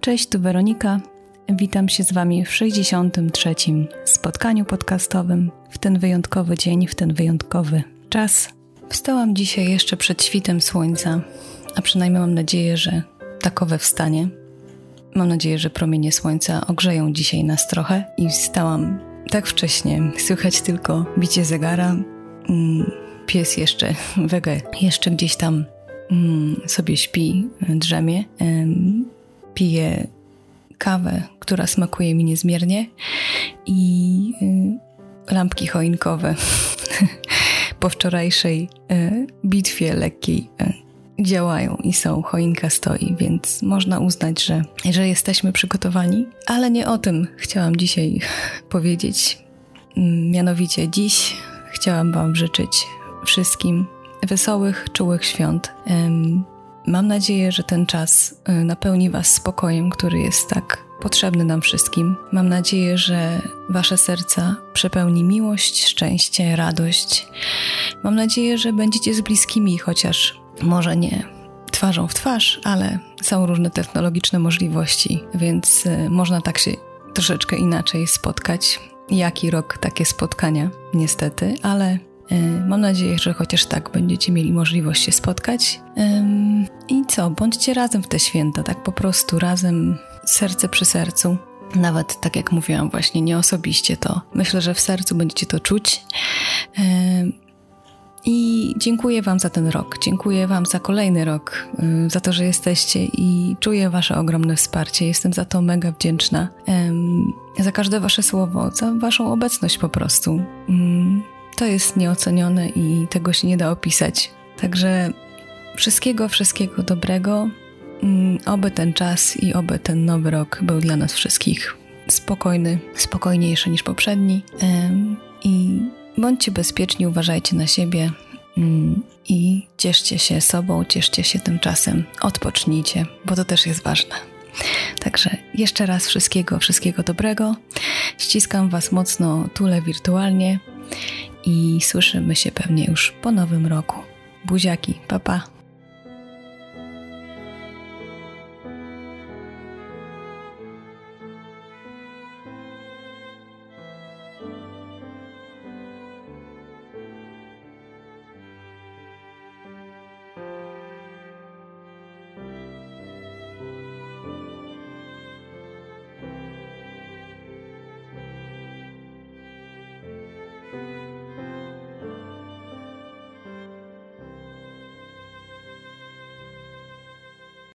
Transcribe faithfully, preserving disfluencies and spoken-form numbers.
Cześć, tu Weronika. Witam się z Wami w sześćdziesiątym trzecim spotkaniu podcastowym. W ten wyjątkowy dzień, w ten wyjątkowy czas. Wstałam dzisiaj jeszcze przed świtem słońca, a przynajmniej mam nadzieję, że takowe wstanie. Mam nadzieję, że promienie słońca ogrzeją dzisiaj nas trochę i wstałam tak wcześnie. Słychać tylko bicie zegara. Pies jeszcze, Wege, jeszcze gdzieś tam sobie śpi, drzemie. Piję kawę, która smakuje mi niezmiernie i lampki choinkowe po wczorajszej bitwie lekkiej działają i są, choinka stoi, więc można uznać, że, że jesteśmy przygotowani, ale nie o tym chciałam dzisiaj powiedzieć. Mianowicie dziś chciałam Wam życzyć wszystkim wesołych, czułych świąt. Mam nadzieję, że ten czas napełni Was spokojem, który jest tak potrzebny nam wszystkim. Mam nadzieję, że Wasze serca przepełni miłość, szczęście, radość. Mam nadzieję, że będziecie z bliskimi, chociaż może nie twarzą w twarz, ale są różne technologiczne możliwości, więc można tak się troszeczkę inaczej spotkać. Jaki rok, takie spotkania, niestety, ale mam nadzieję, że chociaż tak będziecie mieli możliwość się spotkać. I co? Bądźcie razem w te święta, tak po prostu razem, serce przy sercu. Nawet tak jak mówiłam właśnie, nie osobiście to. Myślę, że w sercu będziecie to czuć. I dziękuję Wam za ten rok. Dziękuję Wam za kolejny rok, za to, że jesteście i czuję Wasze ogromne wsparcie. Jestem za to mega wdzięczna. Za każde Wasze słowo, za Waszą obecność po prostu. To jest nieocenione i tego się nie da opisać. Także wszystkiego, wszystkiego dobrego. Oby ten czas i oby ten nowy rok był dla nas wszystkich spokojny, spokojniejszy niż poprzedni. I bądźcie bezpieczni, uważajcie na siebie i cieszcie się sobą, cieszcie się tym czasem. Odpocznijcie, bo to też jest ważne. Także jeszcze raz wszystkiego, wszystkiego dobrego. Ściskam Was mocno, tulę wirtualnie. I słyszymy się pewnie już po nowym roku. Buziaki, pa pa. Thank you.